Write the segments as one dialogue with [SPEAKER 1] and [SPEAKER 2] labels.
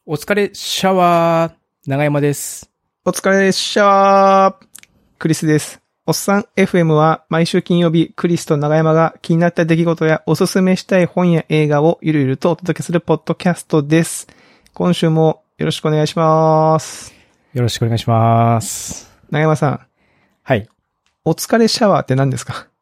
[SPEAKER 1] お疲れシャワー、長山です。
[SPEAKER 2] お疲れシャワー、クリスです。おっさん FM は毎週金曜日、クリスと長山が気になった出来事やおすすめしたい本や映画をゆるゆるとお届けするポッドキャストです。今週もよろしくお願いします。
[SPEAKER 1] よろしくお願いします。
[SPEAKER 2] 長山さん。
[SPEAKER 1] はい。
[SPEAKER 2] お疲れシャワーって何ですか？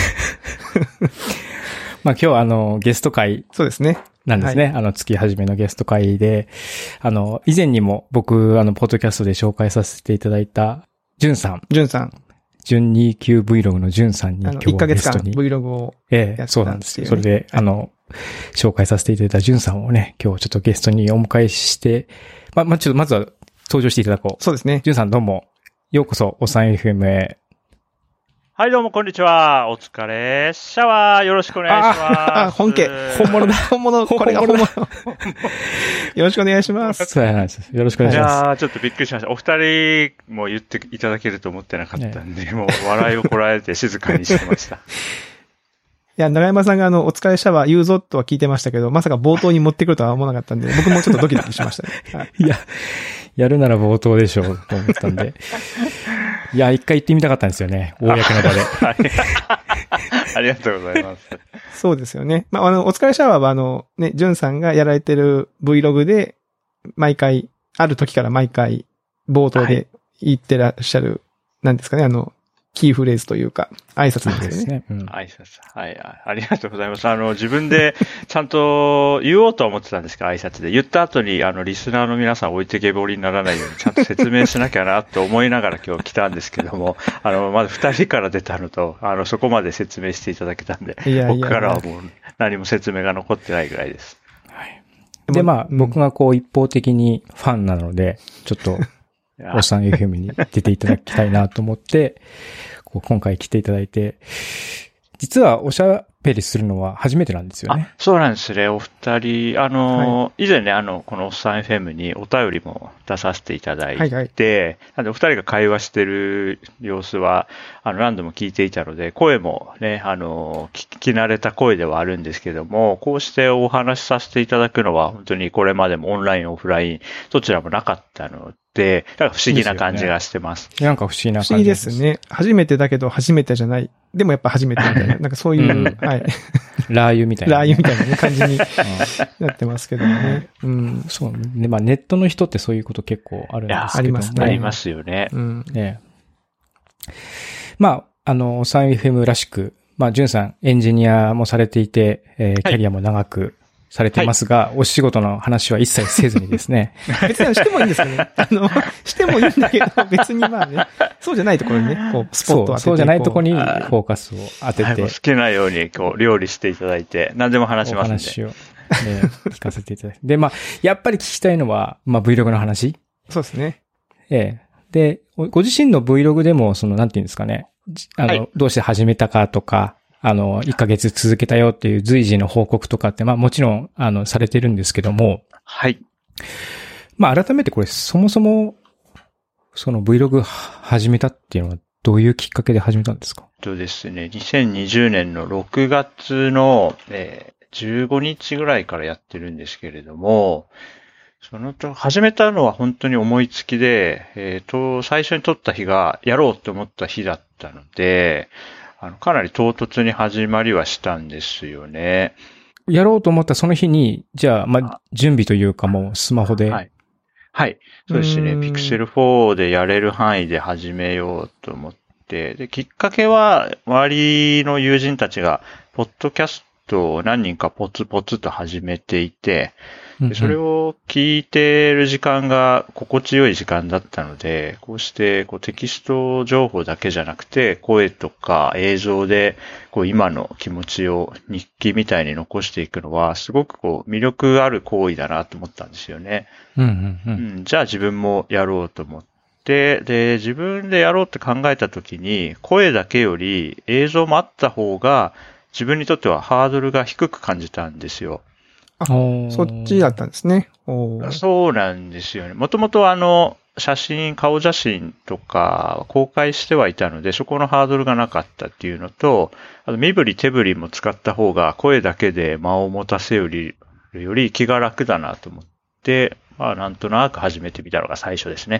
[SPEAKER 1] まあ今日はゲスト会。
[SPEAKER 2] そうですね。
[SPEAKER 1] なんですね。はい、月始めのゲスト会で、以前にも僕、ポッドキャストで紹介させていただいた、ジュンさん。
[SPEAKER 2] ジュンさん。
[SPEAKER 1] 準 2級 Vlog のジュンさんに今日はゲストに。
[SPEAKER 2] 1ヶ月間 Vlog を
[SPEAKER 1] そうなんですよ。それで、紹介させていただいたジュンさんをね、今日ちょっとゲストにお迎えして、ちょっとまずは登場していただこう。
[SPEAKER 2] そうですね。
[SPEAKER 1] ジュンさんどうも、ようこそ、おさん FM へ。
[SPEAKER 3] はい、どうも、こんにちは。お疲れ、シャワー、よろしくお願いします。
[SPEAKER 2] 本家。
[SPEAKER 1] 本物だ。
[SPEAKER 2] 本物、これが本物。よろしくお願いします。
[SPEAKER 1] そうなんです。よろしくお願いします。
[SPEAKER 3] いやー、ちょっとびっくりしました。お二人も言っていただけると思ってなかったんで、もう笑いをこらえて静かにしてました。
[SPEAKER 2] いや、長山さんがお疲れシャワー言うぞとは聞いてましたけど、まさか冒頭に持ってくるとは思わなかったんで、僕もちょっとドキドキしましたね。はい、
[SPEAKER 1] いや、やるなら冒頭でしょうと思ったんで。いや、一回言ってみたかったんですよね。公の場で。
[SPEAKER 3] ありがとうございます。
[SPEAKER 2] そうですよね。まあ、お疲れシャワーはね、ジュンさんがやられてる Vlog で、毎回、ある時から毎回、冒頭で言ってらっしゃる、なんですかね、キーフレーズというか、挨拶なんですよね。
[SPEAKER 3] 挨拶。はい、ありがとうございます。自分でちゃんと言おうとは思ってたんですか、挨拶で。言った後に、リスナーの皆さん置いてけぼりにならないように、ちゃんと説明しなきゃなと思いながら今日来たんですけども、まず二人から出たのと、そこまで説明していただけたんで、僕からはもう何も説明が残ってないぐらいです。
[SPEAKER 1] はい。で、僕がこう一方的にファンなので、ちょっと、おっさん FM に出ていただきたいなと思って、今回来ていただいて、実はおしゃべりするのは初めてなんですよね。
[SPEAKER 3] そうなんですね。お二人、以前ね、このおっさん FM にお便りも出させていただいて、なんでお二人が会話してる様子は、何度も聞いていたので、声もね、聞き慣れた声ではあるんですけども、こうしてお話しさせていただくのは、本当にこれまでもオンライン、オフライン、どちらもなかったので、なんか不思議な感じがしてます。
[SPEAKER 1] なんか不思議な感じ。
[SPEAKER 2] 不思議ですね。初めてだけど初めてじゃない。でもやっぱ初めてみたいな。なんかそういう、はい。
[SPEAKER 1] ラー油みたいな。
[SPEAKER 2] ラー油みたいな、ね、感じになってますけどね。
[SPEAKER 1] うん。そうね。ネットの人ってそういうこと結構あるんですけど。
[SPEAKER 2] ありますね。
[SPEAKER 3] ありますよね。
[SPEAKER 2] うん。
[SPEAKER 1] ね。おさん FM らしく、ジュンさんエンジニアもされていて、キャリアも長く、されてますが、お仕事の話は一切せずにですね。
[SPEAKER 2] 別にしてもいいんですけどね。してもいいんだけど、別にそうじゃないところにね、こう、スポットを当てて。
[SPEAKER 1] そうじゃないところにフォーカスを当てて。
[SPEAKER 3] 好きなように、料理していただいて、何でも話しますんで。お話を、
[SPEAKER 1] 聞かせていただいて。で、やっぱり聞きたいのは、Vlog の話。
[SPEAKER 2] そうですね。
[SPEAKER 1] で、ご自身の Vlog でも、なんていうんですかね。どうして始めたかとか、1ヶ月続けたよっていう随時の報告とかって、もちろん、されてるんですけども。
[SPEAKER 3] はい。
[SPEAKER 1] 改めてこれ、そもそも、Vlog 始めたっていうのは、どういうきっかけで始めたんですか？
[SPEAKER 3] ですね、2020年の6月の、15日ぐらいからやってるんですけれども、始めたのは本当に思いつきで、最初に撮った日が、やろうと思った日だったので、かなり唐突に始まりはしたんですよね。
[SPEAKER 1] やろうと思ったその日に、じゃあ、準備というかもうスマホで。
[SPEAKER 3] はい。はい。そうですね。Pixel 4でやれる範囲で始めようと思って、で、きっかけは、周りの友人たちが、ポッドキャストを何人かポツポツと始めていて、でそれを聞いてる時間が心地よい時間だったので、こうしてテキスト情報だけじゃなくて、声とか映像で今の気持ちを日記みたいに残していくのは、すごく魅力ある行為だなと思ったんですよね。じゃあ自分もやろうと思って、で、自分でやろうって考えたときに、声だけより映像もあった方が、自分にとってはハードルが低く感じたんですよ。
[SPEAKER 2] そっちだったんですね。
[SPEAKER 3] そうなんですよね。もともと顔写真とか公開してはいたので、そこのハードルがなかったっていうのと、身振り手振りも使った方が声だけで間を持たせるより気が楽だなと思って、まあなんとなく始めてみたのが最初ですね。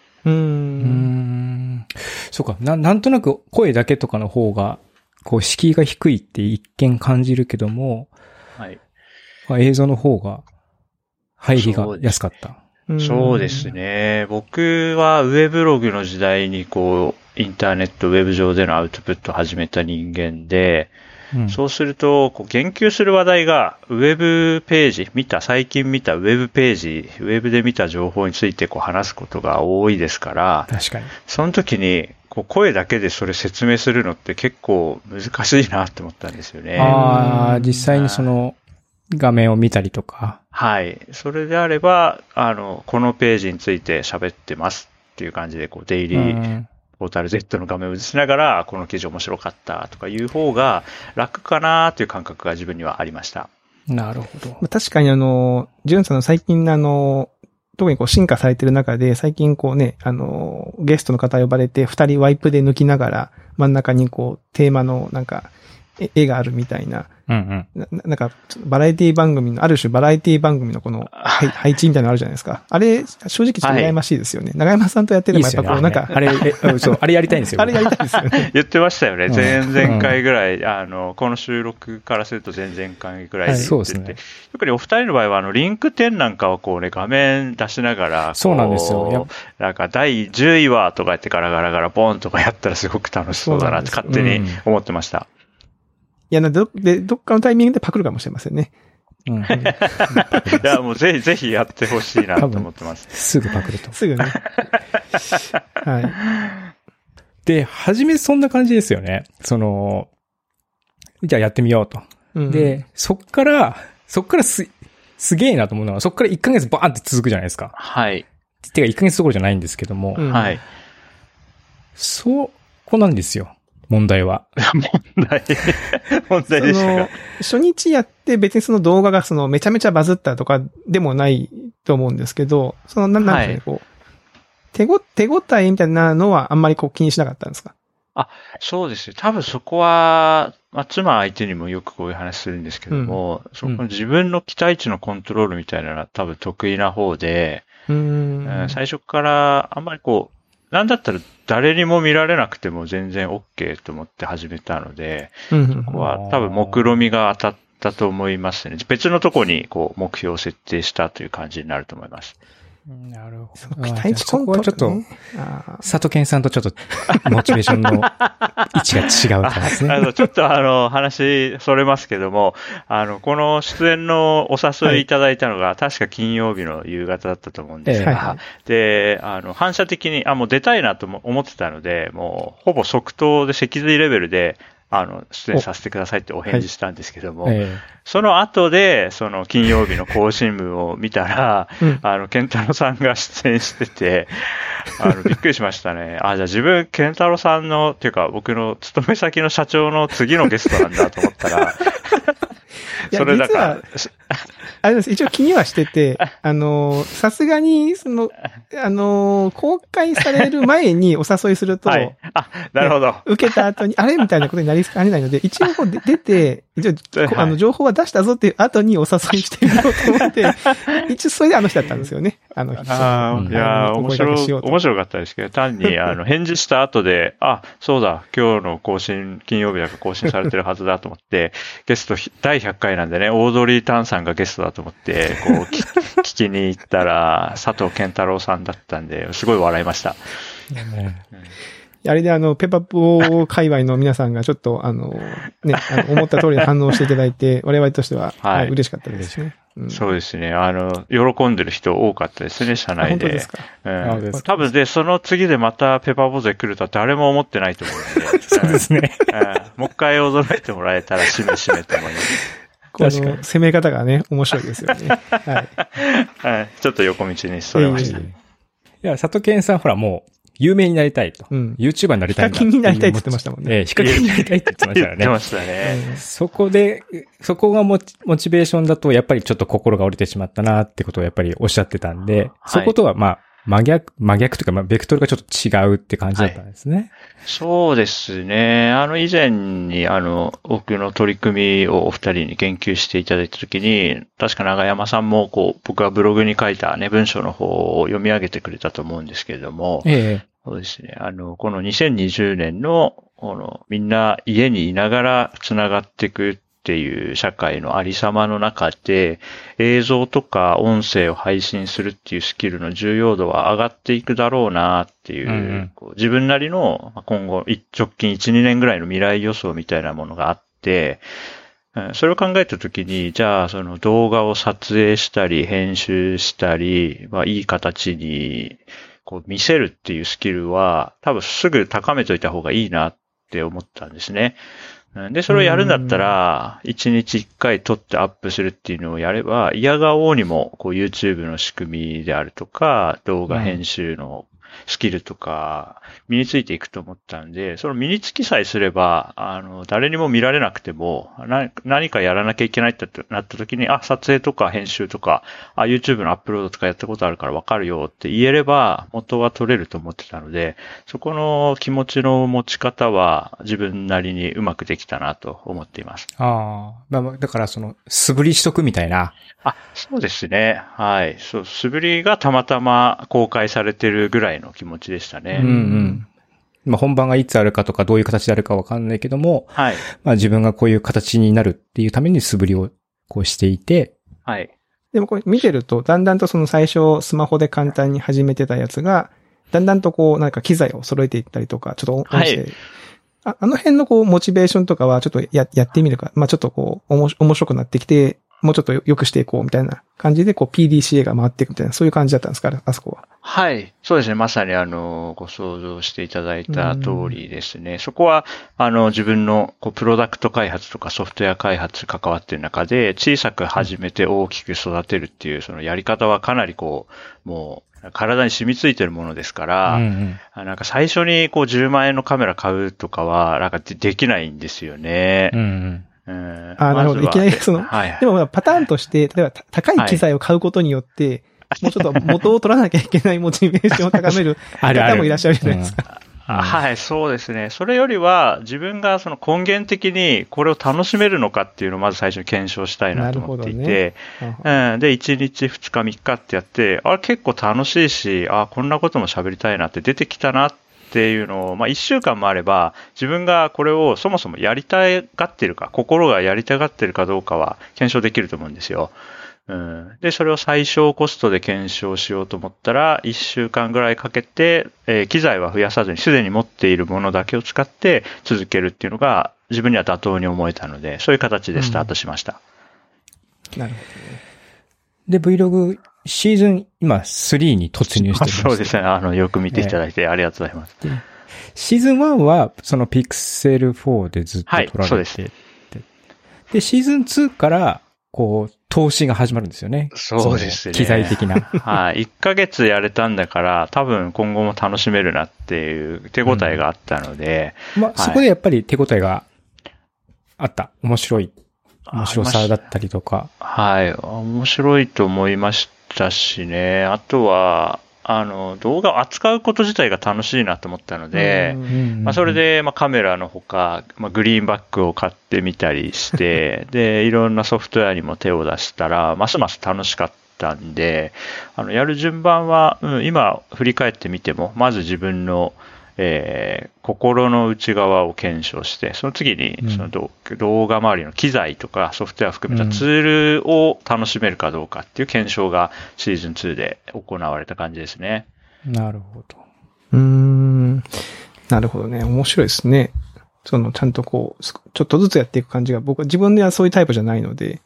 [SPEAKER 1] そうか。なんとなく声だけとかの方が、こう敷居が低いって一見感じるけども、
[SPEAKER 3] はい。
[SPEAKER 1] 映像の方が入りが安かった。
[SPEAKER 3] そうですね。僕はウェブログの時代にこう、インターネット、ウェブ上でのアウトプットを始めた人間で、そうすると、こう言及する話題が、ウェブページ、最近見たウェブページ、ウェブで見た情報についてこう話すことが多いですから、
[SPEAKER 1] 確かに。
[SPEAKER 3] その時に、こう声だけでそれ説明するのって結構難しいなって思ったんですよね。
[SPEAKER 1] 実際にその画面を見たりとか。
[SPEAKER 3] はい。それであれば、このページについて喋ってますっていう感じで、こう、デイリー、ポータル Z の画面を映しながら、この記事面白かったとかいう方が楽かなという感覚が自分にはありました。
[SPEAKER 1] なるほど。
[SPEAKER 2] 確かにジュンさんの最近特にこう進化されてる中で、最近こうね、ゲストの方呼ばれて、2人ワイプで抜きながら、真ん中にこう、テーマのなんか、絵があるみたいな。なんか、バラエティ番組の、ある種バラエティ番組のこの、配置みたいなのあるじゃないですか。あれ、正直ちょっと羨ましいですよね。長山さんとやってればやっぱこう、なんか。
[SPEAKER 1] あれやりたいんですよ。
[SPEAKER 2] あれやりたいですよね。
[SPEAKER 3] 言ってましたよね。前々回ぐらい、この収録からすると前々回ぐらいで
[SPEAKER 1] そうですね。
[SPEAKER 3] 特にお二人の場合は、リンク10なんかはこうね、画面出しながら、
[SPEAKER 1] そうなんですよ。
[SPEAKER 3] なんか、第10位はとかやってガラガラガラボンとかやったらすごく楽しそうだなって勝手に思ってました。
[SPEAKER 2] いや、どっかのタイミングでパクるかもしれませんね。
[SPEAKER 3] いや、もうぜひやってほしいなと思ってます。
[SPEAKER 1] すぐパクると。
[SPEAKER 2] すぐね。はい。
[SPEAKER 1] で、初めそんな感じですよね。じゃあやってみようと。で、そっからすげえなと思うのは、そっから1ヶ月バーンって続くじゃないですか。
[SPEAKER 3] はい。
[SPEAKER 1] てか1ヶ月どころじゃないんですけども。
[SPEAKER 3] はい。
[SPEAKER 1] こうなんですよ。問題は。
[SPEAKER 3] 問題でしたか。
[SPEAKER 2] 初日やって別にその動画がめちゃめちゃバズったとかでもないと思うんですけど、なんでしょうね、こう、手応えみたいなのはあんまりこう気にしなかったんですか？
[SPEAKER 3] そうですよ。多分そこは、妻相手にもよくこういう話するんですけども、そこの自分の期待値のコントロールみたいなのは多分得意な方で、最初からあんまりこう、なんだったら誰にも見られなくても全然 OK と思って始めたので、そこは多分目論みが当たったと思いますね。別のとこにこう目標を設定したという感じになると思います。
[SPEAKER 1] なるほど。
[SPEAKER 2] 期待値コントロール、ね。
[SPEAKER 1] そこはちょっと、佐藤健さんとちょっと、モチベーションの位置が違うからですね。
[SPEAKER 3] ちょっと話それますけども、この出演のお誘いいただいたのが、確か金曜日の夕方だったと思うんですが、で、反射的に、もう出たいなと思ってたので、もう、ほぼ即答で脊髄レベルで、出演させてくださいってお返事したんですけども、その後で、金曜日の更新文を見たら、健太郎さんが出演してて、びっくりしましたね。じゃあ自分、健太郎さんの、っていうか僕の勤め先の社長の次のゲストなんだと思ったら、それだから。
[SPEAKER 2] あれです。一応気にはしてて、さすがに、公開される前にお誘いすると、
[SPEAKER 3] はい、なるほど。
[SPEAKER 2] 受けた後に、あれみたいなことになりかねないので、一応出て、情報は出したぞっていう後にお誘いしてみようと思って、一応それで日だったんですよね。
[SPEAKER 3] いや面白かったですけど、単に、返事した後で、そうだ、今日の金曜日だから更新されてるはずだと思って、ゲスト第100回なんでね、オードリー・タンさんがゲストだと思って、こう、聞きに行ったら、佐藤健太郎さんだったんで、すごい笑いました。
[SPEAKER 2] あれでペパポ界隈の皆さんがちょっと思った通りに反応していただいて、我々としては、嬉しかったですね。
[SPEAKER 3] そうですね。喜んでる人多かったですね、社内で。
[SPEAKER 2] 本当ですか。
[SPEAKER 3] 多分で、その次でまたペパポ勢来るとは誰も思ってないと思うので。
[SPEAKER 1] そうですね。
[SPEAKER 3] もう一回驚いてもらえたらしめしめと思います。
[SPEAKER 2] この攻め方がね、面白いですよね。
[SPEAKER 3] はい。ちょっと横道にそれました。
[SPEAKER 1] いや、佐藤健さんほらもう、有名になりたいと。YouTuber になりたい。
[SPEAKER 2] ヒカキンになりたいって言ってましたもんね。
[SPEAKER 1] ヒカキンになりたいって言ってましたからね。
[SPEAKER 3] 言ってましたね。
[SPEAKER 1] そこがモチベーションだと、やっぱりちょっと心が折れてしまったなってことをやっぱりおっしゃってたんで、そことは真逆というか、まあ、ベクトルがちょっと違うって感じだったんですね。はい、
[SPEAKER 3] そうですね。以前に、僕の取り組みをお二人に言及していただいたときに、確か永山さんも、僕がブログに書いたね、文章の方を読み上げてくれたと思うんですけれども、そうですね。この2020年の、みんな家にいながら繋がっていくっていう社会のありさまの中で、映像とか音声を配信するっていうスキルの重要度は上がっていくだろうなっていう、自分なりの今後直近1、2年ぐらいの未来予想みたいなものがあって、それを考えたときに、じゃあその動画を撮影したり、編集したり、いい形に見せるっていうスキルは多分すぐ高めといた方がいいなって思ったんですね。で、それをやるんだったら、1日1回撮ってアップするっていうのをやれば、嫌がおうにも、YouTube の仕組みであるとか、動画編集のスキルとか、身についていくと思ったんで、その身につきさえすれば、誰にも見られなくても、何かやらなきゃいけないってなった時に、撮影とか編集とか、YouTube のアップロードとかやったことあるからわかるよって言えれば、元は取れると思ってたので、そこの気持ちの持ち方は自分なりにうまくできたなと思っています。
[SPEAKER 1] だから素振りしとくみたいな。
[SPEAKER 3] そうですね。はい。そう、素振りがたまたま公開されてるぐらいの気持ちでしたね。
[SPEAKER 1] 本番がいつあるかとかどういう形であるかわかんないけども、
[SPEAKER 3] はい。
[SPEAKER 1] 自分がこういう形になるっていうために素振りをしていて、
[SPEAKER 3] はい。
[SPEAKER 2] でもこれ見てると、だんだんと最初スマホで簡単に始めてたやつが、だんだんとなんか機材を揃えていったりとか、ちょっと音声、あの辺のモチベーションとかはちょっとやってみるか、ちょっと面白くなってきて、もうちょっと良くしていこうみたいな感じでPDCA が回っていくみたいな、そういう感じだったんですかね、あそこは。
[SPEAKER 3] はい。そうですね。まさにご想像していただいた通りですね。そこは、自分のプロダクト開発とかソフトウェア開発関わっている中で、小さく始めて大きく育てるっていう、そのやり方はかなりもう、体に染みついてるものですから、なんか最初に10万円のカメラ買うとかは、なんかできないんですよね。
[SPEAKER 2] なるほど。いきなりでもパターンとして、例えば高い機材を買うことによって、もうちょっと元を取らなきゃいけないモチベーションを高める方もいらっしゃるじゃないですか。
[SPEAKER 3] はい、そうですね。それよりは、自分が根源的にこれを楽しめるのかっていうのをまず最初に検証したいなと思っていて、で、1日、2日、3日ってやって、結構楽しいし、こんなことも喋りたいなって出てきたなっていうのを、1週間もあれば、自分がこれをそもそもやりたがってるか、心がやりたがってるかどうかは検証できると思うんですよ。で、それを最小コストで検証しようと思ったら、1週間ぐらいかけて、機材は増やさずに、すでに持っているものだけを使って続けるっていうのが、自分には妥当に思えたので、そういう形でスタートしました。
[SPEAKER 2] なるほ
[SPEAKER 1] どね。で、Vlog、シーズン、今、3に突入してます。
[SPEAKER 3] そうですね。よく見ていただいてありがとうございます。
[SPEAKER 1] シーズン1は、Pixel 4でずっと撮られて、そうです。で、シーズン2から、投資が始まるんですよね。
[SPEAKER 3] そうですね。
[SPEAKER 1] 機材的な。
[SPEAKER 3] はい。1ヶ月やれたんだから、多分今後も楽しめるなっていう手応えがあったので。
[SPEAKER 1] そこでやっぱり手応えがあった。面白さだったりとか。
[SPEAKER 3] はい。面白いと思いましたしね。あとは、動画を扱うこと自体が楽しいなと思ったので、それで、カメラのほか、グリーンバックを買ってみたりして、で、いろんなソフトウェアにも手を出したら、ますます楽しかったんで、やる順番は、今振り返ってみても、まず自分の、心の内側を検証して、その次にその動画周りの機材とかソフトウェア含めたツールを楽しめるかどうかっていう検証がシーズン2で行われた感じですね。
[SPEAKER 1] なるほど。
[SPEAKER 2] なるほどね。面白いですね。ちゃんとちょっとずつやっていく感じが、僕は自分ではそういうタイプじゃないので、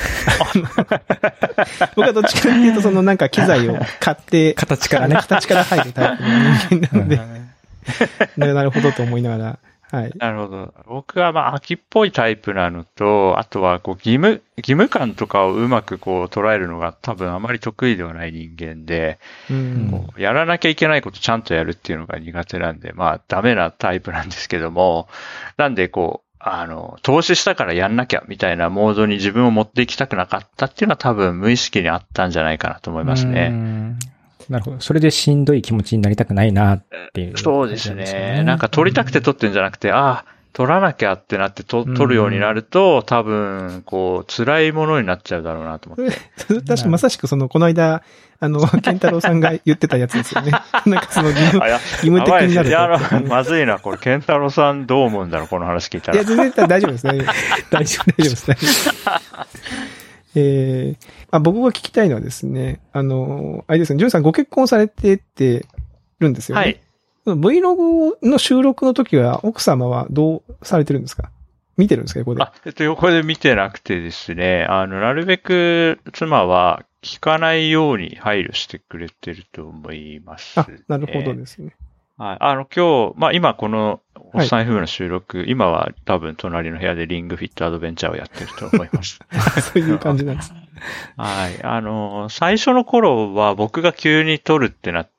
[SPEAKER 2] 僕はどっちかっていうとなんか機材を買って、形から入るタイプの人間なので、なるほどと思いながら。はい。
[SPEAKER 3] なるほど。僕は秋っぽいタイプなのと、あとは義務感とかをうまく捉えるのが多分あまり得意ではない人間で、やらなきゃいけないことちゃんとやるっていうのが苦手なんで、ダメなタイプなんですけども、なんで投資したからやんなきゃみたいなモードに自分を持っていきたくなかったっていうのは多分無意識にあったんじゃないかなと思いますね。
[SPEAKER 1] なるほど。それでしんどい気持ちになりたくないなっていう、
[SPEAKER 3] そうですね。なんか撮りたくて撮ってるんじゃなくて、撮らなきゃってなって撮るようになると、多分、こう、辛いものになっちゃうだろうなと思って。
[SPEAKER 2] 確かまさしくこの間、ケンタロウさんが言ってたやつですよね。なんか義務的になると。
[SPEAKER 3] まずいな、これ、ケンタロウさんどう思うんだろう、この話聞いたら。
[SPEAKER 2] いや、全然大丈夫ですね。大丈夫です。僕が聞きたいのはですね、あれですね、ジョンさんご結婚されてってるんですよね。はい。Vlog の収録の時は、奥様はどうされてるんですか？見てるんですか、横で。
[SPEAKER 3] 横で見てなくてですね、なるべく妻は聞かないように配慮してくれてると思います、ね。
[SPEAKER 2] なるほどですね。
[SPEAKER 3] はい。今日、今この、おっさん F の収録、今は多分隣の部屋でリングフィットアドベンチャーをやってると思います。
[SPEAKER 2] そういう感じなんです。
[SPEAKER 3] はい。最初の頃は僕が急に撮るってなって、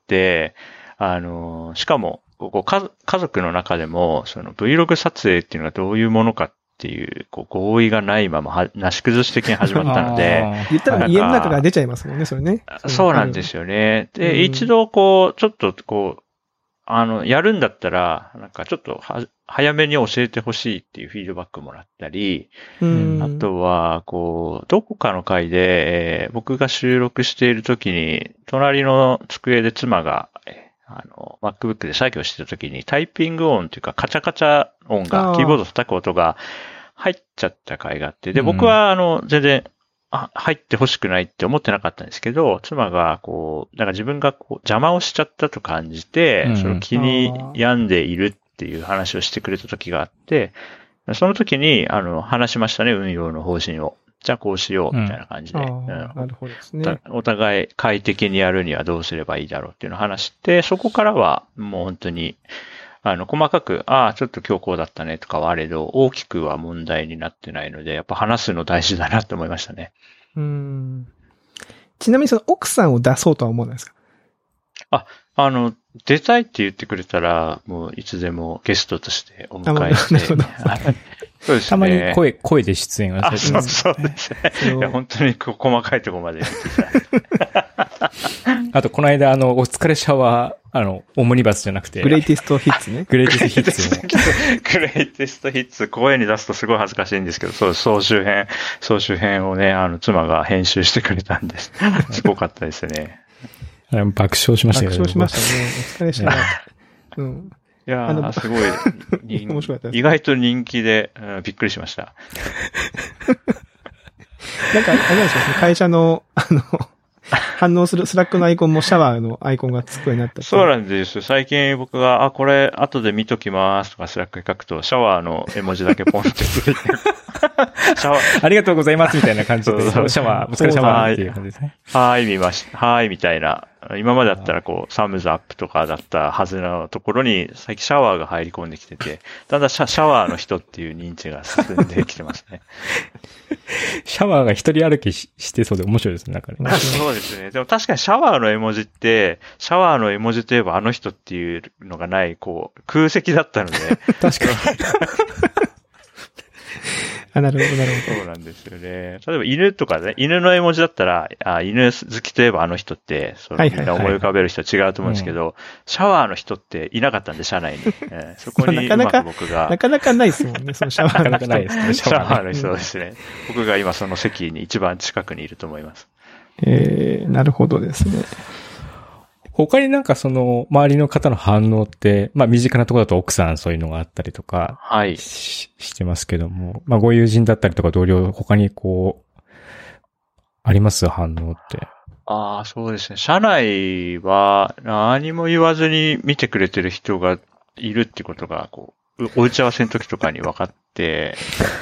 [SPEAKER 3] しかも、家族の中でも、Vlog 撮影っていうのがどういうものかっていう、合意がないまま、なし崩し的に始まったので。
[SPEAKER 2] 言ったら家の中から出ちゃいますもんね、それね。
[SPEAKER 3] そうなんですよね。で、一度ちょっとやるんだったら、なんかちょっと早めに教えてほしいっていうフィードバックもらったり、あとは、どこかの回で、僕が収録している時に、隣の机で妻が、MacBook で作業してた時にタイピング音というかカチャカチャ音が、キーボード叩く音が入っちゃった回があって、で、僕は全然、入ってほしくないって思ってなかったんですけど、妻がなんか自分が邪魔をしちゃったと感じて、その気に病んでいるっていう話をしてくれた時があって、その時に、話しましたね、運用の方針を。じゃあこうしよう、みたいな感じで。
[SPEAKER 2] なるほどですね。
[SPEAKER 3] お互い快適にやるにはどうすればいいだろうっていうのを話して、そこからはもう本当に、細かく、ちょっと今日こうだったねとかはあれど、大きくは問題になってないので、やっぱ話すの大事だなって思いましたね。
[SPEAKER 2] ちなみに奥さんを出そうとは思わないですか？
[SPEAKER 3] 出たいって言ってくれたら、もういつでもゲストとしてお迎えして。そうですね。
[SPEAKER 1] たまに声で出演はされてます。
[SPEAKER 3] そうですね。いや、本当に細かいところまで見ていただいて。
[SPEAKER 1] あと、この間、お疲れシャワー、オムニバスじゃなくて。
[SPEAKER 2] グレイティストヒッツね。
[SPEAKER 1] グレイティストヒッツも。
[SPEAKER 3] グレイティストヒッツ、声に出すとすごい恥ずかしいんですけど、そう、総集編をね、妻が編集してくれたんです。すごかったですね。
[SPEAKER 1] 爆笑しましたよね。
[SPEAKER 2] 爆笑しましたね。お疲れシャワー。
[SPEAKER 3] いやー、すごい、面白かったです。意外と人気で、びっくりしました。
[SPEAKER 2] なんか、あれなんですか、会社の、反応するスラックのアイコンもシャワーのアイコンがつくようになった。
[SPEAKER 3] そうなんです。最近僕が、これ後で見ときますとかスラックに書くと、シャワーの絵文字だけポンってくる。
[SPEAKER 1] シャワー、ありがとうございますみたいな感じで、シャワー、お疲れ様っていう感じですね。
[SPEAKER 3] 見ました。みたいな。今までだったらサムズアップとかだったはずのところに、最近シャワーが入り込んできてて、だんだんシャワーの人っていう認知が進んできてますね。
[SPEAKER 1] シャワーが一人歩きしてそうで面白いですね、なんかね。
[SPEAKER 3] そうですね。でも確かにシャワーの絵文字って、シャワーの絵文字といえばあの人っていうのがない、空席だったので。
[SPEAKER 1] 確かに。
[SPEAKER 2] なるほど。
[SPEAKER 3] そうなんですよね。例えば犬とかね、犬の絵文字だったら、犬好きといえばあの人って、みんな思い浮かべる人は違うと思うんですけど、シャワーの人っていなかったんで、社内に。そこにうまく僕が。
[SPEAKER 2] なかなかないですもんね、そのシャワー。
[SPEAKER 1] なかなかないですね、
[SPEAKER 3] シャワーの人ですね。僕が今その席に一番近くにいると思います。
[SPEAKER 2] なるほどですね。
[SPEAKER 1] 他になんか周りの方の反応って、身近なところだと奥さんそういうのがあったりとか、してますけども、ご友人だったりとか同僚、他にあります反応って。
[SPEAKER 3] そうですね。社内は何も言わずに見てくれてる人がいるってことが、お打ち合わせの時とかに分かって、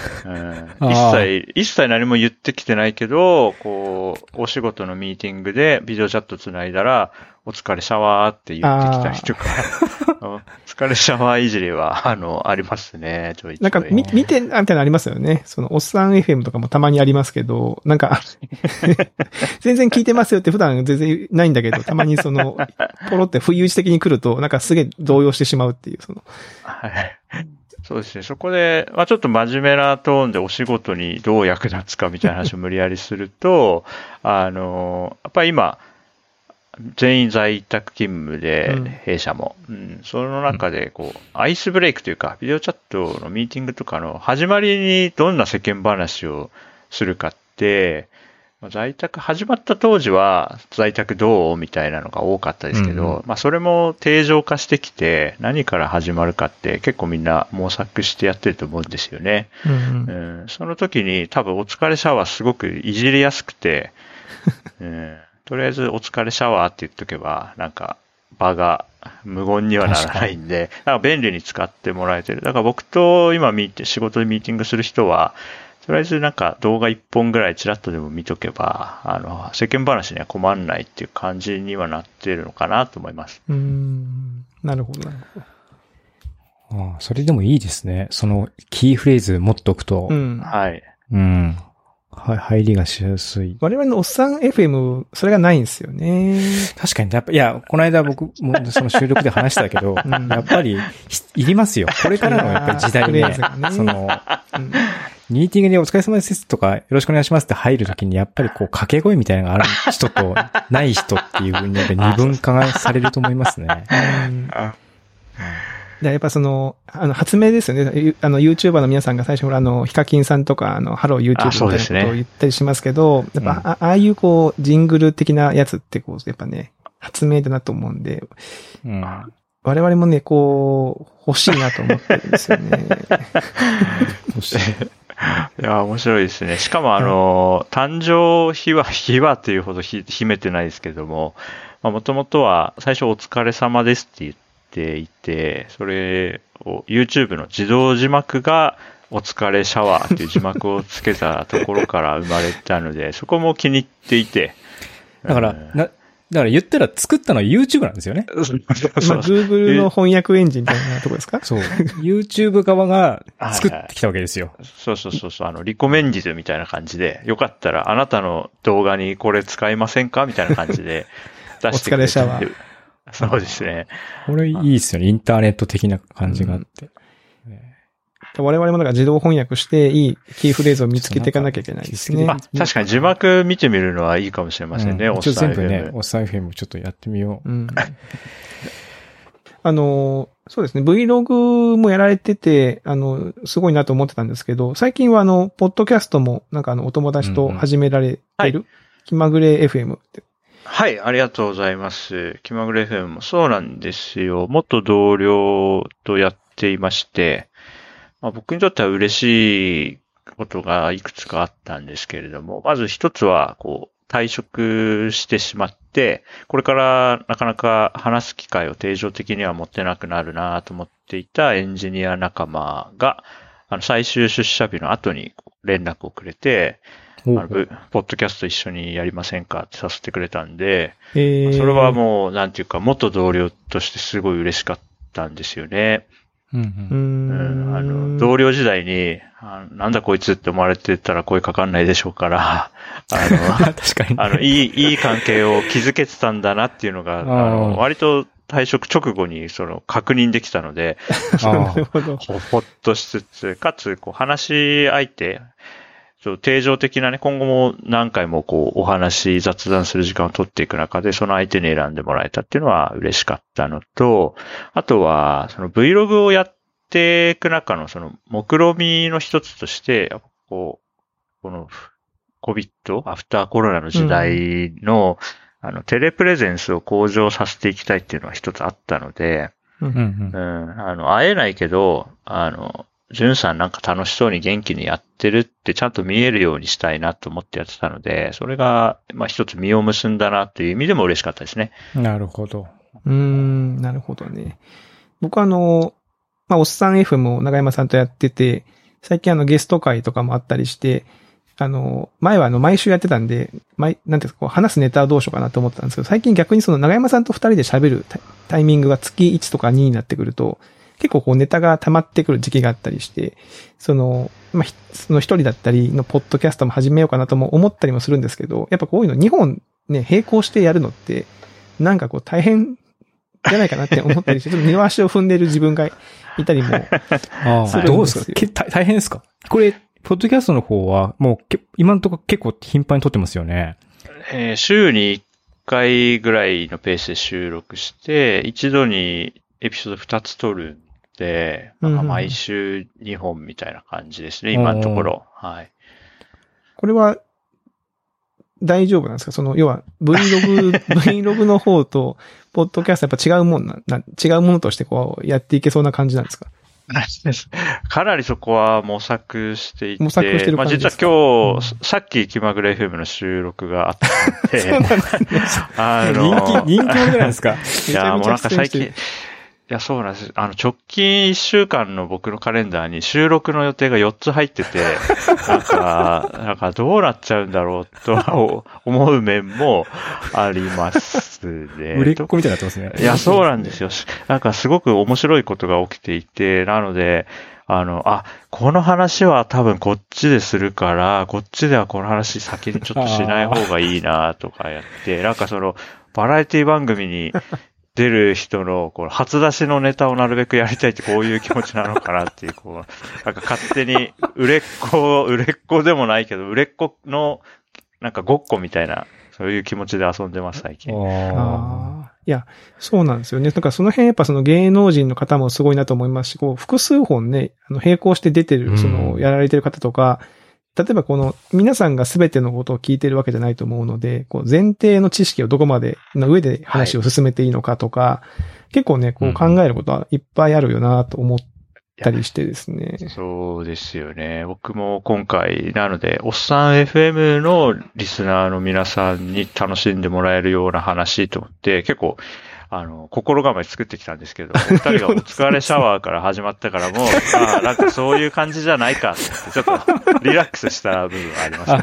[SPEAKER 3] 一切何も言ってきてないけど、お仕事のミーティングでビデオチャットつないだら、お疲れシャワーって言ってきたりとか、お疲れシャワーいじりは、ありますね、ちょいちょい。
[SPEAKER 2] なんか、見て、みたいなのありますよね。おっさん FM とかもたまにありますけど、なんか、全然聞いてますよって普段全然ないんだけど、たまにポロって不意打ち的に来ると、なんかすげえ動揺してしまうっていう、
[SPEAKER 3] はい。そうですね。そこで、ちょっと真面目なトーンでお仕事にどう役立つかみたいな話を無理やりすると、やっぱり今、 全員在宅勤務で、弊社も。その中で、アイスブレイクというか、ビデオチャットのミーティングとかの始まりにどんな世間話をするかって、在宅始まった当時は在宅どうみたいなのが多かったですけど、それも定常化してきて何から始まるかって結構みんな模索してやってると思うんですよね。その時に多分お疲れシャワーすごくいじりやすくて、とりあえずお疲れシャワーって言っとけばなんか場が無言にはならないんで、なんか便利に使ってもらえてる。だから僕と今仕事でミーティングする人はとりあえずなんか動画1本ぐらいちらっとでも見とけば、世間話には困んないっていう感じにはなっているのかなと思います。
[SPEAKER 2] なるほど、なるほど。
[SPEAKER 1] それでもいいですね。そのキーフレーズ持っとくと。
[SPEAKER 3] はい。
[SPEAKER 1] 入りがしやすい。
[SPEAKER 2] 我々のおっさん FM、それがないんですよね。
[SPEAKER 1] 確かに、やっぱ、いや、この間僕もその収録で話したけど、やっぱり、いりますよ。これからのやっぱり時代ね、ミーティングでお疲れ様ですとか、よろしくお願いしますって入るときに、やっぱり掛け声みたいなのがある人と、ない人っていう風に二分化がされると思いますね。
[SPEAKER 2] やっぱ発明ですよね。YouTuber の皆さんが最初ヒカキンさんとか、ハロー YouTube みたいなことを言ったりしますけど、やっぱ、ああいうジングル的なやつってやっぱね、発明だなと思うんで、我々もね、欲しいなと思ってるんですよね。
[SPEAKER 1] 欲しい。
[SPEAKER 3] いや、面白いですね。しかも誕生秘話っていうほど秘めてないですけども、もともとは最初お疲れ様ですって言っていて、それを YouTube の自動字幕がお疲れシャワーっていう字幕をつけたところから生まれたので、そこも気に入っていて。
[SPEAKER 1] だから言ったら作ったのは YouTube なんですよね。
[SPEAKER 2] Google の翻訳エンジンみたいなとこですか？
[SPEAKER 1] そう。YouTube 側が作ってきたわけですよ。
[SPEAKER 3] そう。リコメンディズみたいな感じで、よかったらあなたの動画にこれ使いませんかみたいな感じで出してくれて。
[SPEAKER 2] お疲れシャワー。
[SPEAKER 3] そうですね。
[SPEAKER 1] これいいですよね。インターネット的な感じがあって。
[SPEAKER 2] 我々も自動翻訳していいキーフレーズを見つけていかなきゃいけないですね。
[SPEAKER 3] 確かに字幕見てみるのはいいかもしれませんね、
[SPEAKER 1] おっさん FM。全部ね、おっさん FM ちょっとやってみよう。
[SPEAKER 2] そうですね、Vlog もやられてて、すごいなと思ってたんですけど、最近はポッドキャストもお友達と始められてる、気まぐれ FM って。
[SPEAKER 3] はい、ありがとうございます。気まぐれ FM もそうなんですよ。元同僚とやっていまして、僕にとっては嬉しいことがいくつかあったんですけれども、まず一つは、退職してしまって、これからなかなか話す機会を定常的には持ってなくなるなと思っていたエンジニア仲間が、最終出社日の後に連絡をくれて、ポッドキャスト一緒にやりませんかってさせてくれたんで、それはもう、なんていうか、元同僚としてすごい嬉しかったんですよね。同僚時代に、なんだこいつって思われてたら声かかんないでしょうから、
[SPEAKER 1] 確かに。
[SPEAKER 3] いい関係を築けてたんだなっていうのが、割と退職直後に確認できたので、ほっとしつつ、かつ、話し相手、定常的なね、今後も何回もお話、雑談する時間を取っていく中で、その相手に選んでもらえたっていうのは嬉しかったのと、あとは、Vlog をやっていく中の目論みの一つとして、この COVID、アフターコロナの時代の、テレプレゼンスを向上させていきたいっていうのは一つあったので、会えないけど、ジュンさんなんか楽しそうに元気にやってるってちゃんと見えるようにしたいなと思ってやってたので、それが、一つ実を結んだなという意味でも嬉しかったですね。
[SPEAKER 1] なるほど。
[SPEAKER 2] なるほどね。僕おっさん FM を長山さんとやってて、最近ゲスト会とかもあったりして、前は毎週やってたんで、なんていうんですか、話すネタはどうしようかなと思ってたんですけど、最近逆に長山さんと二人で喋るタイミングが月1とか2になってくると、結構ネタが溜まってくる時期があったりして、その一人だったりのポッドキャストも始めようかなとも思ったりもするんですけど、やっぱこういうの2本ね、並行してやるのって、なんか大変じゃないかなって思ったりして、ちょっと二の足を踏んでる自分がいたりもするんですよ。
[SPEAKER 1] どうですか？大変ですか？これ、ポッドキャストの方は、もう今のところ結構頻繁に撮ってますよね。
[SPEAKER 3] 週に1 回ぐらいのペースで収録して、一度にエピソード2つ撮るんで、毎週2本みたいな感じですね、今のところ。はい。
[SPEAKER 2] これは、大丈夫なんですか？要は Vlog の方と、ポッドキャストやっぱ違うものとしてやっていけそうな感じなんですか？
[SPEAKER 3] かなりそこは模索していて、
[SPEAKER 2] 模索してる感じですか？
[SPEAKER 3] 実は今日、さっき気まぐれ FM の収録があったので、
[SPEAKER 1] 人気者じゃないですか。
[SPEAKER 3] いや、もうなんか最近、いや、そうなんです。直近1週間の僕のカレンダーに収録の予定が4つ入ってて、なんかどうなっちゃうんだろうと思う面もありますね。
[SPEAKER 1] 売れっ子みたいになってますね。
[SPEAKER 3] いや、そうなんですよ。なんかすごく面白いことが起きていて、なので、この話は多分こっちでするから、こっちではこの話先にちょっとしない方がいいなとかやって、なんかバラエティ番組に、出る人の、初出しのネタをなるべくやりたいってこういう気持ちなのかなっていう、なんか勝手に、売れっ子でもないけど、売れっ子の、なんかごっこみたいな、そういう気持ちで遊んでます、最近。
[SPEAKER 2] いや、そうなんですよね。なんかその辺やっぱ芸能人の方もすごいなと思いますし、複数本ね、並行して出てる、やられてる方とか、例えば皆さんが全てのことを聞いてるわけじゃないと思うので、前提の知識をどこまでの上で話を進めていいのかとか、結構ね、考えることはいっぱいあるよなと思ったりしてですね。
[SPEAKER 3] そうですよね。僕も今回、なので、おっさん FM のリスナーの皆さんに楽しんでもらえるような話と思って、結構、心構え作ってきたんですけど、お二人がお疲れシャワーから始まったからもう、なんかそういう感じじゃないかって、ちょっとリラックスした部分がありました。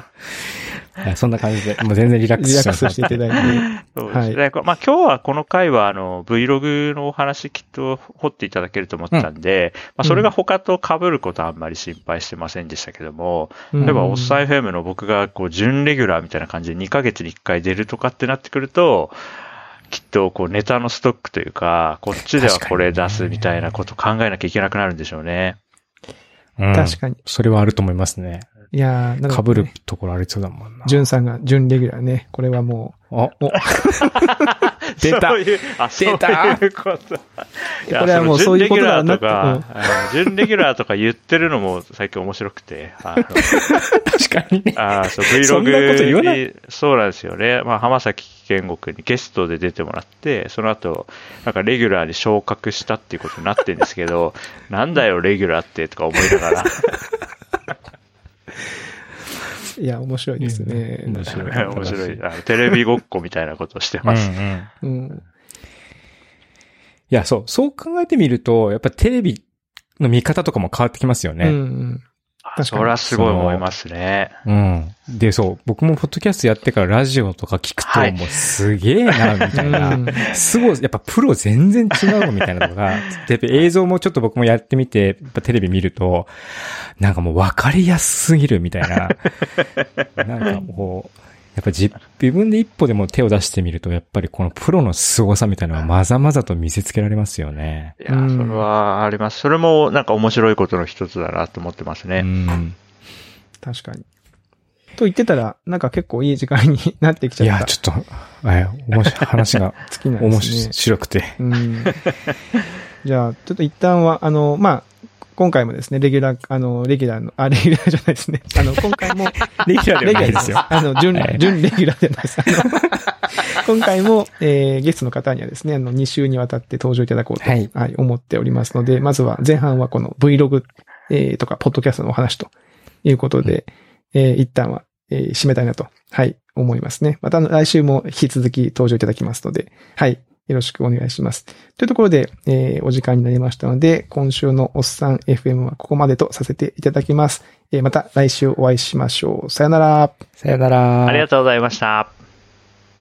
[SPEAKER 1] そんな感じで、もう全然リラックス
[SPEAKER 2] していただいて。
[SPEAKER 3] そうですね。はい、今日はこの回はVlog のお話きっと掘っていただけると思ったんで、それが他と被ることはあんまり心配してませんでしたけども、例えばおっさん FM の僕が準レギュラーみたいな感じで2ヶ月に1回出るとかってなってくると、きっとネタのストックというか、こっちではこれ出すみたいなこと考えなきゃいけなくなるんでしょうね。
[SPEAKER 2] 確かに。
[SPEAKER 1] それはあると思いますね。
[SPEAKER 2] いやー、
[SPEAKER 1] なんか、被るところありそうだもんな。
[SPEAKER 2] ジュンさんが準レギュラーね。これはもう。
[SPEAKER 1] 出た
[SPEAKER 3] そういうこと。
[SPEAKER 2] いや、これはもうそういうことだなって。
[SPEAKER 3] 準レギュラーとか言ってるのも最近面白くて。
[SPEAKER 1] 確かにね。
[SPEAKER 3] そう、Vlog
[SPEAKER 1] そんなこと言わない。
[SPEAKER 3] そうなんですよね。浜崎健吾くんにゲストで出てもらって、その後、なんかレギュラーに昇格したっていうことになってるんですけど、なんだよ、レギュラーってとか思いながら。
[SPEAKER 2] いや、面白いですね。
[SPEAKER 3] 面白い。テレビごっこみたいなことをしてます。
[SPEAKER 1] いや、そう考えてみると、やっぱテレビの見方とかも変わってきますよね。
[SPEAKER 3] それはすごい思いますね。
[SPEAKER 1] で、僕もポッドキャストやってからラジオとか聞くと、もうすげえな、みたいな。すごい、やっぱプロ全然違うみたいなのが、で、映像もちょっと僕もやってみて、やっぱテレビ見ると、なんかもう分かりやすすぎるみたいな。なんかもう、やっぱ自分で一歩でも手を出してみると、やっぱりこのプロの凄さみたいなのはまざまざと見せつけられますよね。
[SPEAKER 3] いや、それはあります。それもなんか面白いことの一つだなと思ってますね。
[SPEAKER 2] 確かに。と言ってたら、なんか結構いい時間になってきちゃった。
[SPEAKER 1] いや、ちょっと、話が面白くて。
[SPEAKER 2] じゃあ、ちょっと一旦は、今回もですね、レギュラーじゃないですね。今回も、
[SPEAKER 1] レギュラーではないですよ。
[SPEAKER 2] 準レギュラーじゃないです。今回も、ゲストの方にはですね、2週にわたって登場いただこうと、思っておりますので、まずは前半はこの Vlog、とか、ポッドキャストのお話ということで、一旦は、締めたいなと、思いますね。また来週も引き続き登場いただきますので、よろしくお願いします。というところで、お時間になりましたので、今週のおっさん FM はここまでとさせていただきます。また来週お会いしましょう。さよなら。
[SPEAKER 1] さよなら。
[SPEAKER 3] ありがとうございました。